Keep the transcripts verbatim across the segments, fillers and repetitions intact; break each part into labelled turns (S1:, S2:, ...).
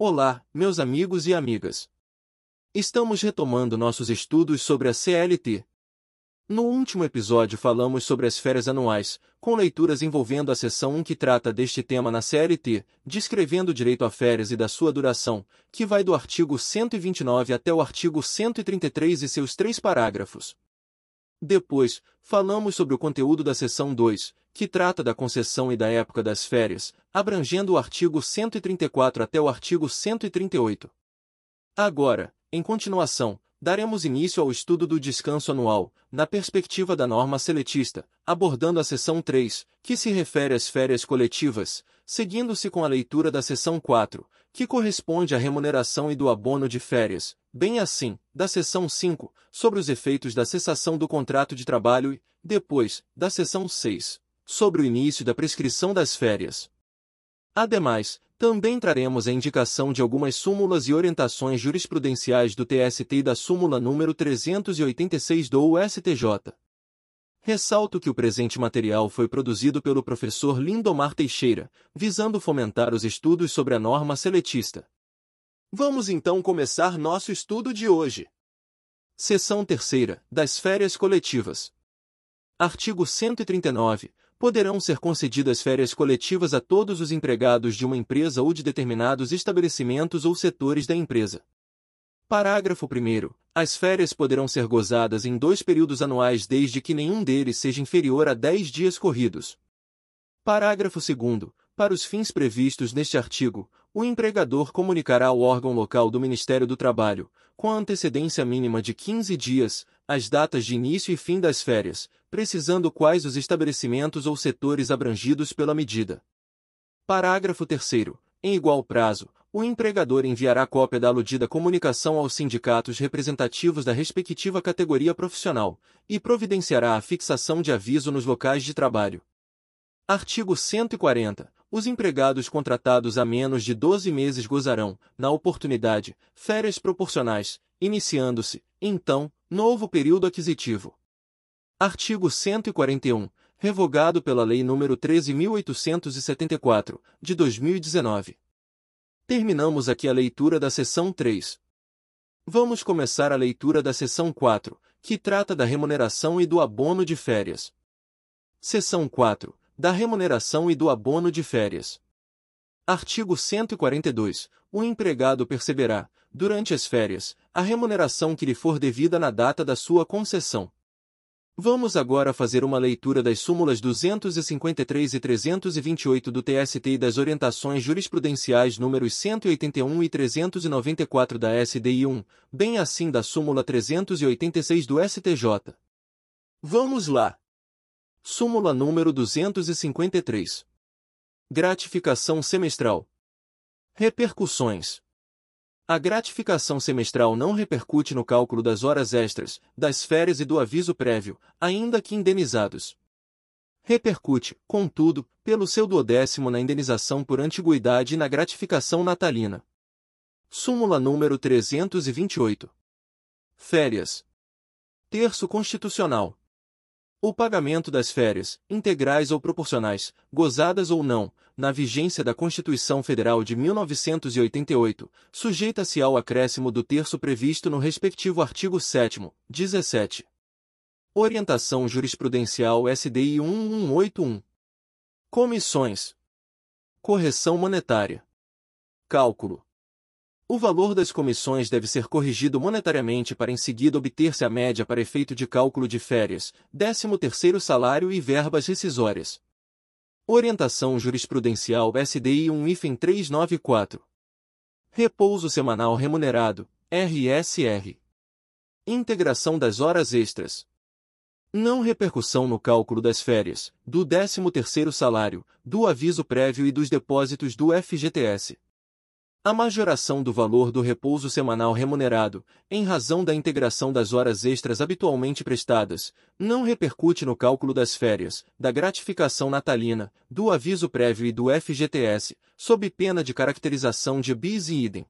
S1: Olá, meus amigos e amigas. Estamos retomando nossos estudos sobre a C L T. No último episódio falamos sobre as férias anuais, com leituras envolvendo a seção um que trata deste tema na C L T, descrevendo o direito a férias e da sua duração, que vai do artigo cento e vinte e nove até o artigo cento e trinta e três e seus três parágrafos. Depois, falamos sobre o conteúdo da seção dois, que trata da concessão e da época das férias, abrangendo o artigo cento e trinta e quatro até o artigo cento e trinta e oito. Agora, em continuação, daremos início ao estudo do descanso anual, na perspectiva da norma seletista, abordando a seção três, que se refere às férias coletivas, seguindo-se com a leitura da seção quatro, que corresponde à remuneração e do abono de férias, bem assim, da seção cinco, sobre os efeitos da cessação do contrato de trabalho e, depois, da seção seis, sobre o início da prescrição das férias. Ademais, também traremos a indicação de algumas súmulas e orientações jurisprudenciais do T S T e da súmula número trezentos e oitenta e seis do U S T J. Ressalto que o presente material foi produzido pelo professor Lindomar Teixeira, visando fomentar os estudos sobre a norma seletista. Vamos então começar nosso estudo de hoje. Seção terceira, das férias coletivas. Artigo cento e trinta e nove. Poderão ser concedidas férias coletivas a todos os empregados de uma empresa ou de determinados estabelecimentos ou setores da empresa. Parágrafo primeiro. As férias poderão ser gozadas em dois períodos anuais desde que nenhum deles seja inferior a dez dias corridos. Parágrafo segundo. Para os fins previstos neste artigo, o empregador comunicará ao órgão local do Ministério do Trabalho, com a antecedência mínima de quinze dias, as datas de início e fim das férias, precisando quais os estabelecimentos ou setores abrangidos pela medida. Parágrafo terceiro. Em igual prazo, o empregador enviará cópia da aludida comunicação aos sindicatos representativos da respectiva categoria profissional, e providenciará a fixação de aviso nos locais de trabalho. Artigo cento e quarenta. Os empregados contratados há menos de doze meses gozarão, na oportunidade, férias proporcionais, iniciando-se, então, novo período aquisitivo. Artigo cento e quarenta e um. Revogado pela Lei nº treze mil oitocentos e setenta e quatro, de dois mil e dezenove. Terminamos aqui a leitura da seção três. Vamos começar a leitura da seção quatro, que trata da remuneração e do abono de férias. Seção quatro. Da remuneração e do abono de férias. Artigo cento e quarenta e dois. O empregado perceberá, durante as férias, a remuneração que lhe for devida na data da sua concessão. Vamos agora fazer uma leitura das súmulas duzentos e cinquenta e três e trezentos e vinte e oito do T S T e das orientações jurisprudenciais números cento e oitenta e um e trezentos e noventa e quatro da S D I um, bem assim da súmula trezentos e oitenta e seis do S T J. Vamos lá! Súmula número duzentos e cinquenta e três. Gratificação semestral. Repercussões. A gratificação semestral não repercute no cálculo das horas extras, das férias e do aviso prévio, ainda que indenizados. Repercute, contudo, pelo seu duodécimo na indenização por antiguidade e na gratificação natalina. Súmula número trezentos e vinte e oito. Férias. Terço constitucional. O pagamento das férias, integrais ou proporcionais, gozadas ou não, na vigência da Constituição Federal de mil novecentos e oitenta e oito, sujeita-se ao acréscimo do terço previsto no respectivo artigo sétimo, dezessete. Orientação jurisprudencial S D I um um oito um. Comissões. Correção monetária. Cálculo. O valor das comissões deve ser corrigido monetariamente para em seguida obter-se a média para efeito de cálculo de férias, décimo terceiro salário e verbas rescisórias. Orientação jurisprudencial S D I um trezentos e noventa e quatro. Repouso semanal remunerado, R S R. Integração das horas extras. Não repercussão no cálculo das férias, do décimo terceiro salário, do aviso prévio e dos depósitos do F G T S. A majoração do valor do repouso semanal remunerado, em razão da integração das horas extras habitualmente prestadas, não repercute no cálculo das férias, da gratificação natalina, do aviso prévio e do F G T S, sob pena de caracterização de bis e idem.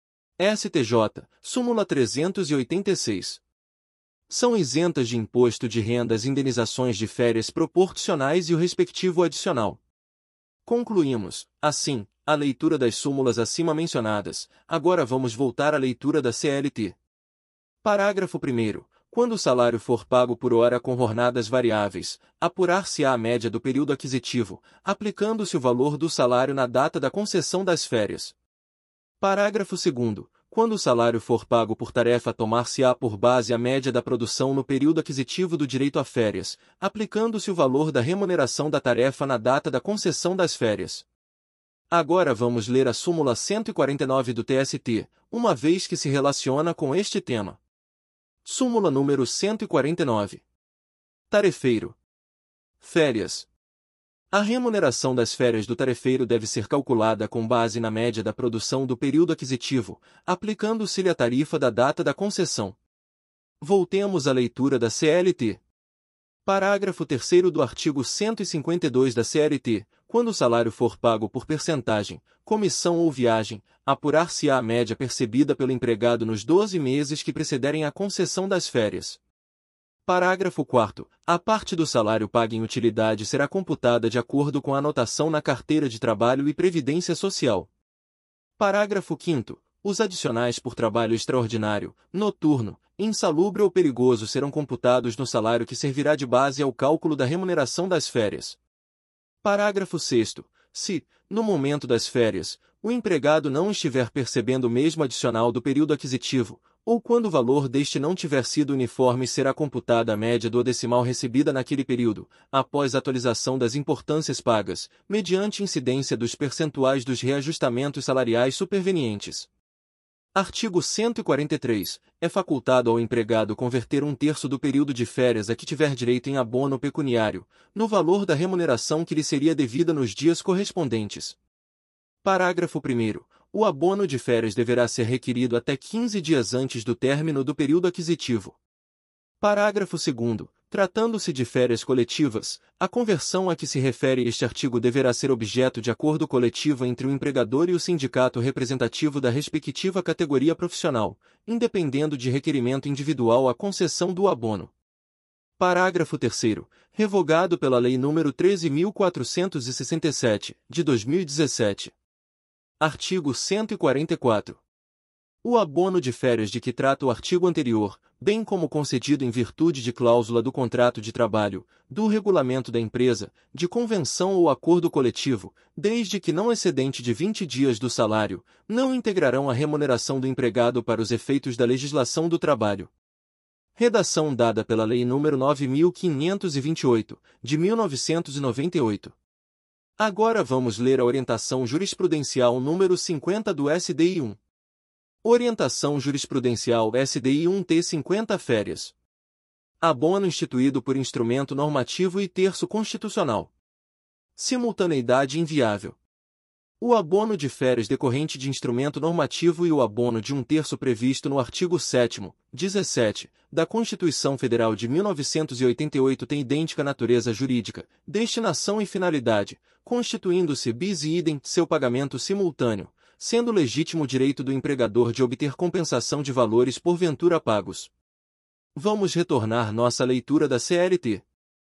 S1: S T J, súmula trezentos e oitenta e seis. São isentas de imposto de renda as indenizações de férias proporcionais e o respectivo adicional. Concluímos, assim, a leitura das súmulas acima mencionadas, agora vamos voltar à leitura da C L T. Parágrafo primeiro. Quando o salário for pago por hora com jornadas variáveis, apurar-se-á a média do período aquisitivo, aplicando-se o valor do salário na data da concessão das férias. Parágrafo segundo. Quando o salário for pago por tarefa, tomar-se-á por base a média da produção no período aquisitivo do direito a férias, aplicando-se o valor da remuneração da tarefa na data da concessão das férias. Agora vamos ler a súmula cento e quarenta e nove do T S T, uma vez que se relaciona com este tema. Súmula número cento e quarenta e nove. Tarefeiro. Férias. A remuneração das férias do tarefeiro deve ser calculada com base na média da produção do período aquisitivo, aplicando-se-lhe a tarifa da data da concessão. Voltemos à leitura da C L T. Parágrafo terceiro do artigo cento e cinquenta e dois da C L T. Quando o salário for pago por percentagem, comissão ou viagem, apurar-se-á a média percebida pelo empregado nos doze meses que precederem a concessão das férias. Parágrafo quarto. A parte do salário paga em utilidade será computada de acordo com a anotação na carteira de trabalho e previdência social. Parágrafo quinto. Os adicionais por trabalho extraordinário, noturno, insalubre ou perigoso serão computados no salário que servirá de base ao cálculo da remuneração das férias. Parágrafo sexto. Se, no momento das férias, o empregado não estiver percebendo o mesmo adicional do período aquisitivo, ou quando o valor deste não tiver sido uniforme, será computada a média do decimal recebida naquele período, após a atualização das importâncias pagas, mediante incidência dos percentuais dos reajustamentos salariais supervenientes. Artigo cento e quarenta e três. É facultado ao empregado converter um terço do período de férias a que tiver direito em abono pecuniário, no valor da remuneração que lhe seria devida nos dias correspondentes. Parágrafo primeiro. O abono de férias deverá ser requerido até quinze dias antes do término do período aquisitivo. Parágrafo segundo. Tratando-se de férias coletivas, a conversão a que se refere este artigo deverá ser objeto de acordo coletivo entre o empregador e o sindicato representativo da respectiva categoria profissional, independendo de requerimento individual a concessão do abono. Parágrafo terceiro. Revogado pela Lei nº treze mil quatrocentos e sessenta e sete, de dois mil e dezessete. Artigo cento e quarenta e quatro. O abono de férias de que trata o artigo anterior, bem como concedido em virtude de cláusula do contrato de trabalho, do regulamento da empresa, de convenção ou acordo coletivo, desde que não excedente de vinte dias do salário, não integrarão a remuneração do empregado para os efeitos da legislação do trabalho. Redação dada pela Lei nº nove mil quinhentos e vinte e oito, de mil novecentos e noventa e oito. Agora vamos ler a orientação jurisprudencial número cinquenta do S D I um. Orientação jurisprudencial S D I um T cinquenta Férias. Abono instituído por instrumento normativo e terço constitucional. Simultaneidade inviável. O abono de férias decorrente de instrumento normativo e o abono de um terço previsto no artigo sétimo, dezessete, da Constituição Federal de mil novecentos e oitenta e oito têm idêntica natureza jurídica, destinação e finalidade, constituindo-se bis idem seu pagamento simultâneo, sendo legítimo direito do empregador de obter compensação de valores porventura pagos. Vamos retornar nossa leitura da C L T.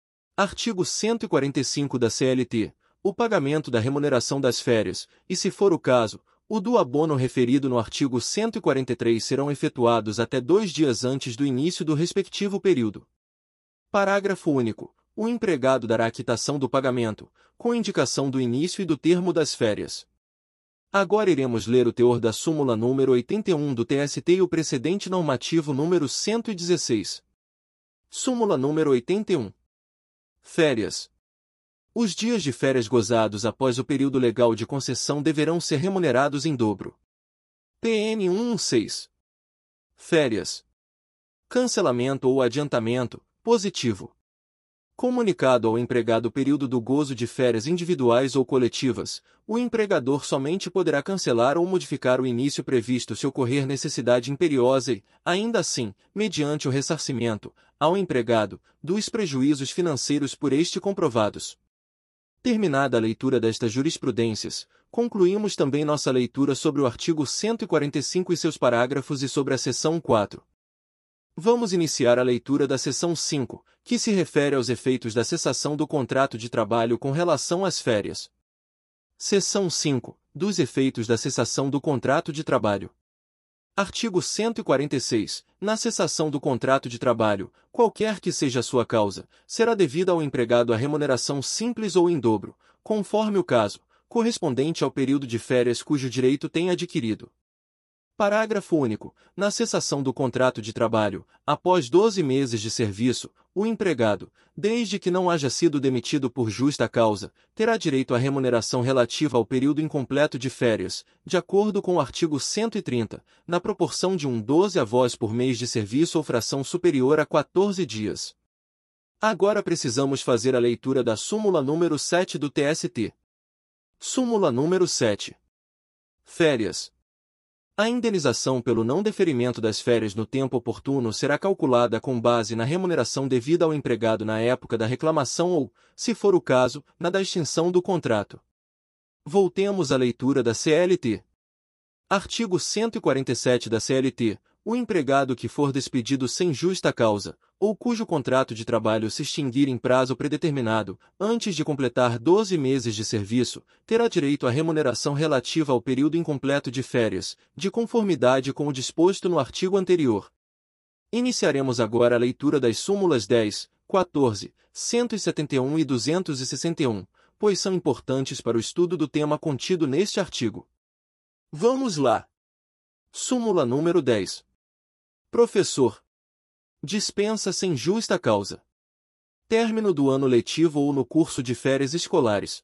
S1: Artigo cento e quarenta e cinco da C L T. O pagamento da remuneração das férias, e se for o caso, o do abono referido no artigo cento e quarenta e três serão efetuados até dois dias antes do início do respectivo período. Parágrafo único. O empregado dará a quitação do pagamento, com indicação do início e do termo das férias. Agora iremos ler o teor da súmula número oitenta e um do T S T e o precedente normativo número cento e dezesseis. Súmula número oitenta e um. Férias. Os dias de férias gozados após o período legal de concessão deverão ser remunerados em dobro. P N cento e dezesseis. Férias. Cancelamento ou adiantamento, positivo. Comunicado ao empregado o período do gozo de férias individuais ou coletivas, o empregador somente poderá cancelar ou modificar o início previsto se ocorrer necessidade imperiosa e, ainda assim, mediante o ressarcimento, ao empregado, dos prejuízos financeiros por este comprovados. Terminada a leitura destas jurisprudências, concluímos também nossa leitura sobre o artigo cento e quarenta e cinco e seus parágrafos e sobre a seção quatro. Vamos iniciar a leitura da seção cinco, que se refere aos efeitos da cessação do contrato de trabalho com relação às férias. Seção cinco. dos efeitos da cessação do contrato de trabalho. Artigo cento e quarenta e seis. Na cessação do contrato de trabalho, qualquer que seja a sua causa, será devida ao empregado a remuneração simples ou em dobro, conforme o caso, correspondente ao período de férias cujo direito tenha adquirido. Parágrafo único. Na cessação do contrato de trabalho, após doze meses de serviço, o empregado, desde que não haja sido demitido por justa causa, terá direito à remuneração relativa ao período incompleto de férias, de acordo com o artigo cento e trinta, na proporção de um doze avós por mês de serviço ou fração superior a quatorze dias. Agora precisamos fazer a leitura da súmula número sete do T S T. Súmula número sete. Férias. A indenização pelo não deferimento das férias no tempo oportuno será calculada com base na remuneração devida ao empregado na época da reclamação ou, se for o caso, na da extinção do contrato. Voltemos à leitura da C L T. Artigo cento e quarenta e sete da C L T. O empregado que for despedido sem justa causa, ou cujo contrato de trabalho se extinguir em prazo predeterminado, antes de completar doze meses de serviço, terá direito à remuneração relativa ao período incompleto de férias, de conformidade com o disposto no artigo anterior. Iniciaremos agora a leitura das súmulas dez, quatorze, cento e setenta e um e duzentos e sessenta e um, pois são importantes para o estudo do tema contido neste artigo. Vamos lá! Súmula número dez. Professor. Dispensa sem justa causa. Término do ano letivo ou no curso de férias escolares.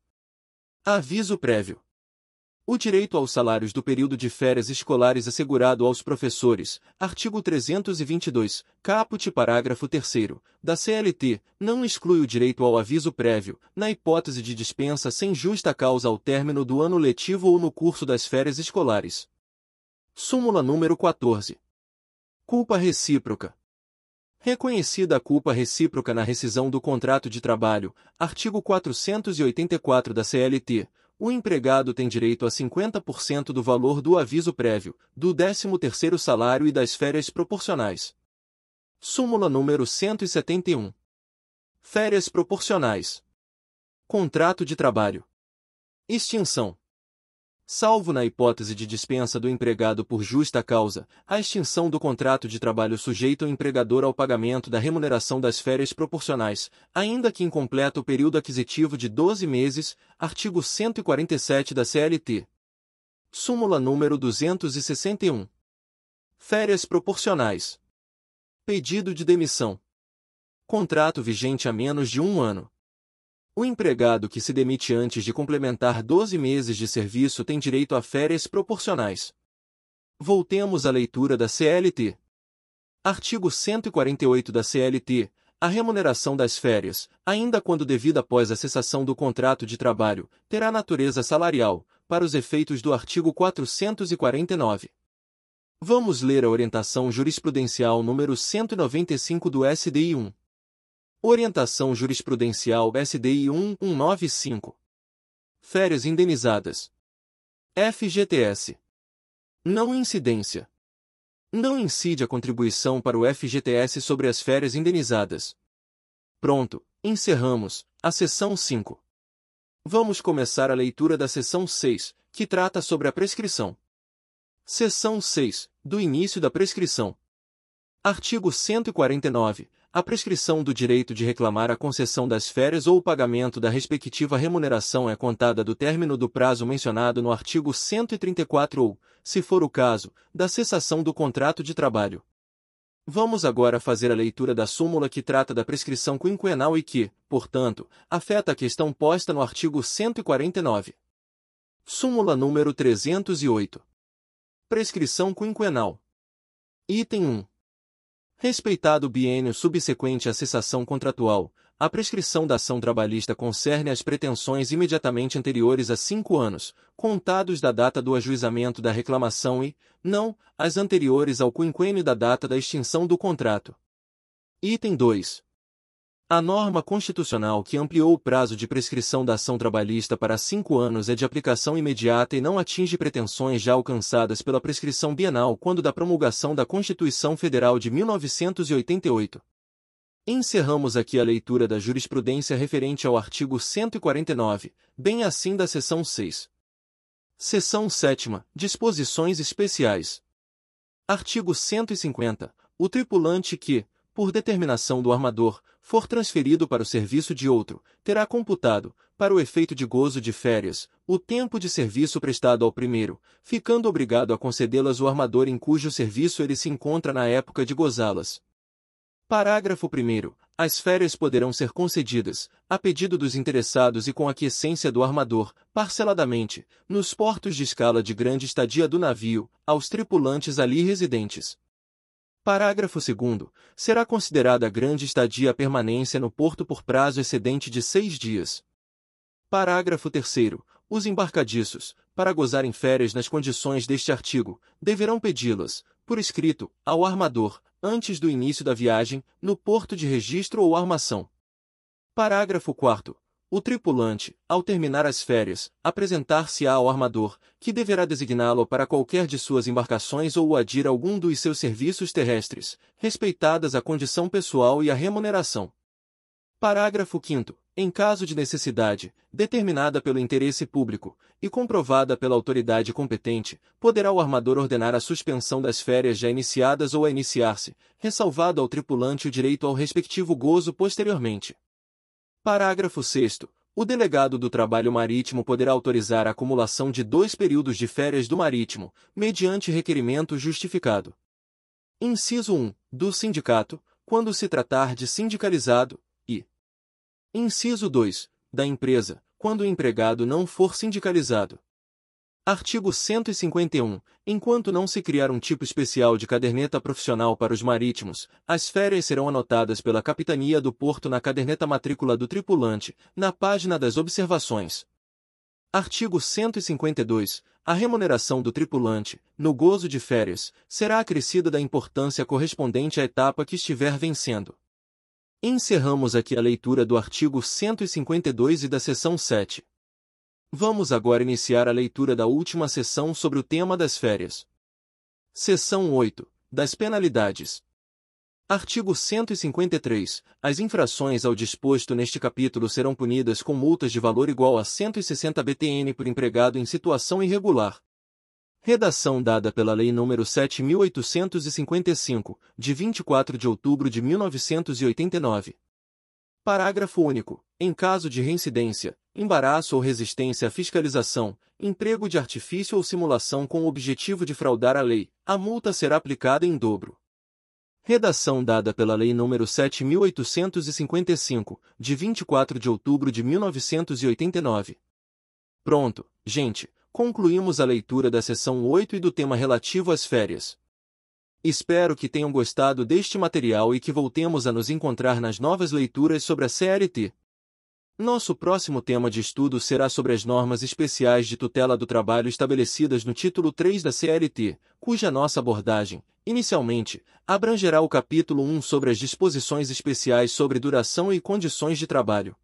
S1: Aviso prévio. O direito aos salários do período de férias escolares assegurado aos professores, artigo trezentos e vinte e dois, caput parágrafo terceiro, da C L T, não exclui o direito ao aviso prévio, na hipótese de dispensa sem justa causa ao término do ano letivo ou no curso das férias escolares. Súmula número quatorze. Culpa recíproca. Reconhecida a culpa recíproca na rescisão do contrato de trabalho, artigo quatrocentos e oitenta e quatro da C L T, o empregado tem direito a cinquenta por cento do valor do aviso prévio, do décimo terceiro salário e das férias proporcionais. Súmula número cento e setenta e um. Férias proporcionais. Contrato de trabalho. Extinção. Salvo na hipótese de dispensa do empregado por justa causa, a extinção do contrato de trabalho sujeita o empregador ao pagamento da remuneração das férias proporcionais, ainda que incompleto o período aquisitivo de doze meses, artigo cento e quarenta e sete da C L T. Súmula número duzentos e sessenta e um. Férias proporcionais. Pedido de demissão. Contrato vigente há menos de um ano. O empregado que se demite antes de complementar doze meses de serviço tem direito a férias proporcionais. Voltemos à leitura da C L T. Artigo cento e quarenta e oito da C L T. A remuneração das férias, ainda quando devida após a cessação do contrato de trabalho, terá natureza salarial, para os efeitos do artigo quatrocentos e quarenta e nove. Vamos ler a orientação jurisprudencial número cento e noventa e cinco do S D I um. Orientação jurisprudencial S D I um mil cento e noventa e cinco. Férias indenizadas. F G T S. Não incidência. Não incide a contribuição para o F G T S sobre as férias indenizadas. Pronto, encerramos a seção cinco. Vamos começar a leitura da seção seis, que trata sobre a prescrição. Seção seis, do início da prescrição. Artigo cento e quarenta e nove. A prescrição do direito de reclamar a concessão das férias ou o pagamento da respectiva remuneração é contada do término do prazo mencionado no artigo cento e trinta e quatro ou, se for o caso, da cessação do contrato de trabalho. Vamos agora fazer a leitura da súmula que trata da prescrição quinquenal e que, portanto, afeta a questão posta no artigo cento e quarenta e nove. Súmula número trezentos e oito. Prescrição quinquenal. Item um. Respeitado o biênio subsequente à cessação contratual, a prescrição da ação trabalhista concerne as pretensões imediatamente anteriores a cinco anos, contados da data do ajuizamento da reclamação e, não, as anteriores ao quinquênio da data da extinção do contrato. Item dois. A norma constitucional que ampliou o prazo de prescrição da ação trabalhista para cinco anos é de aplicação imediata e não atinge pretensões já alcançadas pela prescrição bienal quando da promulgação da Constituição Federal de mil novecentos e oitenta e oito. Encerramos aqui a leitura da jurisprudência referente ao artigo cento e quarenta e nove, bem assim da seção seis. Seção sétima. Disposições especiais. Artigo cento e cinquenta. O tripulante que, por determinação do armador, for transferido para o serviço de outro, terá computado, para o efeito de gozo de férias, o tempo de serviço prestado ao primeiro, ficando obrigado a concedê-las o armador em cujo serviço ele se encontra na época de gozá-las. Parágrafo primeiro. As férias poderão ser concedidas, a pedido dos interessados e com aquiescência do armador, parceladamente, nos portos de escala de grande estadia do navio, aos tripulantes ali residentes. Parágrafo segundo. Será considerada grande estadia a permanência no porto por prazo excedente de seis dias. Parágrafo terceiro. Os embarcadiços, para gozarem férias nas condições deste artigo, deverão pedi-las, por escrito, ao armador, antes do início da viagem, no porto de registro ou armação. Parágrafo quarto. O tripulante, ao terminar as férias, apresentar-se-á ao armador, que deverá designá-lo para qualquer de suas embarcações ou o adir a algum dos seus serviços terrestres, respeitadas a condição pessoal e a remuneração. Parágrafo quinto. Em caso de necessidade, determinada pelo interesse público, e comprovada pela autoridade competente, poderá o armador ordenar a suspensão das férias já iniciadas ou a iniciar-se, ressalvado ao tripulante o direito ao respectivo gozo posteriormente. Parágrafo sexto. O delegado do trabalho marítimo poderá autorizar a acumulação de dois períodos de férias do marítimo, mediante requerimento justificado. Inciso um. Do sindicato, quando se tratar de sindicalizado, e Inciso dois. Da empresa, quando o empregado não for sindicalizado. Artigo cento e cinquenta e um. Enquanto não se criar um tipo especial de caderneta profissional para os marítimos, as férias serão anotadas pela capitania do porto na caderneta matrícula do tripulante, na página das observações. Artigo cento e cinquenta e dois. A remuneração do tripulante, no gozo de férias, será acrescida da importância correspondente à etapa que estiver vencendo. Encerramos aqui a leitura do artigo cento e cinquenta e dois e da seção sete. Vamos agora iniciar a leitura da última seção sobre o tema das férias. Seção oito. Das penalidades. Artigo cento e cinquenta e três. As infrações ao disposto neste capítulo serão punidas com multas de valor igual a cento e sessenta B T N por empregado em situação irregular. Redação dada pela Lei nº sete mil oitocentos e cinquenta e cinco, de vinte e quatro de outubro de mil novecentos e oitenta e nove. Parágrafo único. Em caso de reincidência, embaraço ou resistência à fiscalização, emprego de artifício ou simulação com o objetivo de fraudar a lei, a multa será aplicada em dobro. Redação dada pela Lei nº sete mil oitocentos e cinquenta e cinco, de vinte e quatro de outubro de mil novecentos e oitenta e nove. Pronto, gente. Concluímos a leitura da seção oito e do tema relativo às férias. Espero que tenham gostado deste material e que voltemos a nos encontrar nas novas leituras sobre a C L T. Nosso próximo tema de estudo será sobre as normas especiais de tutela do trabalho estabelecidas no título três da C L T, cuja nossa abordagem, inicialmente, abrangerá o capítulo um sobre as disposições especiais sobre duração e condições de trabalho.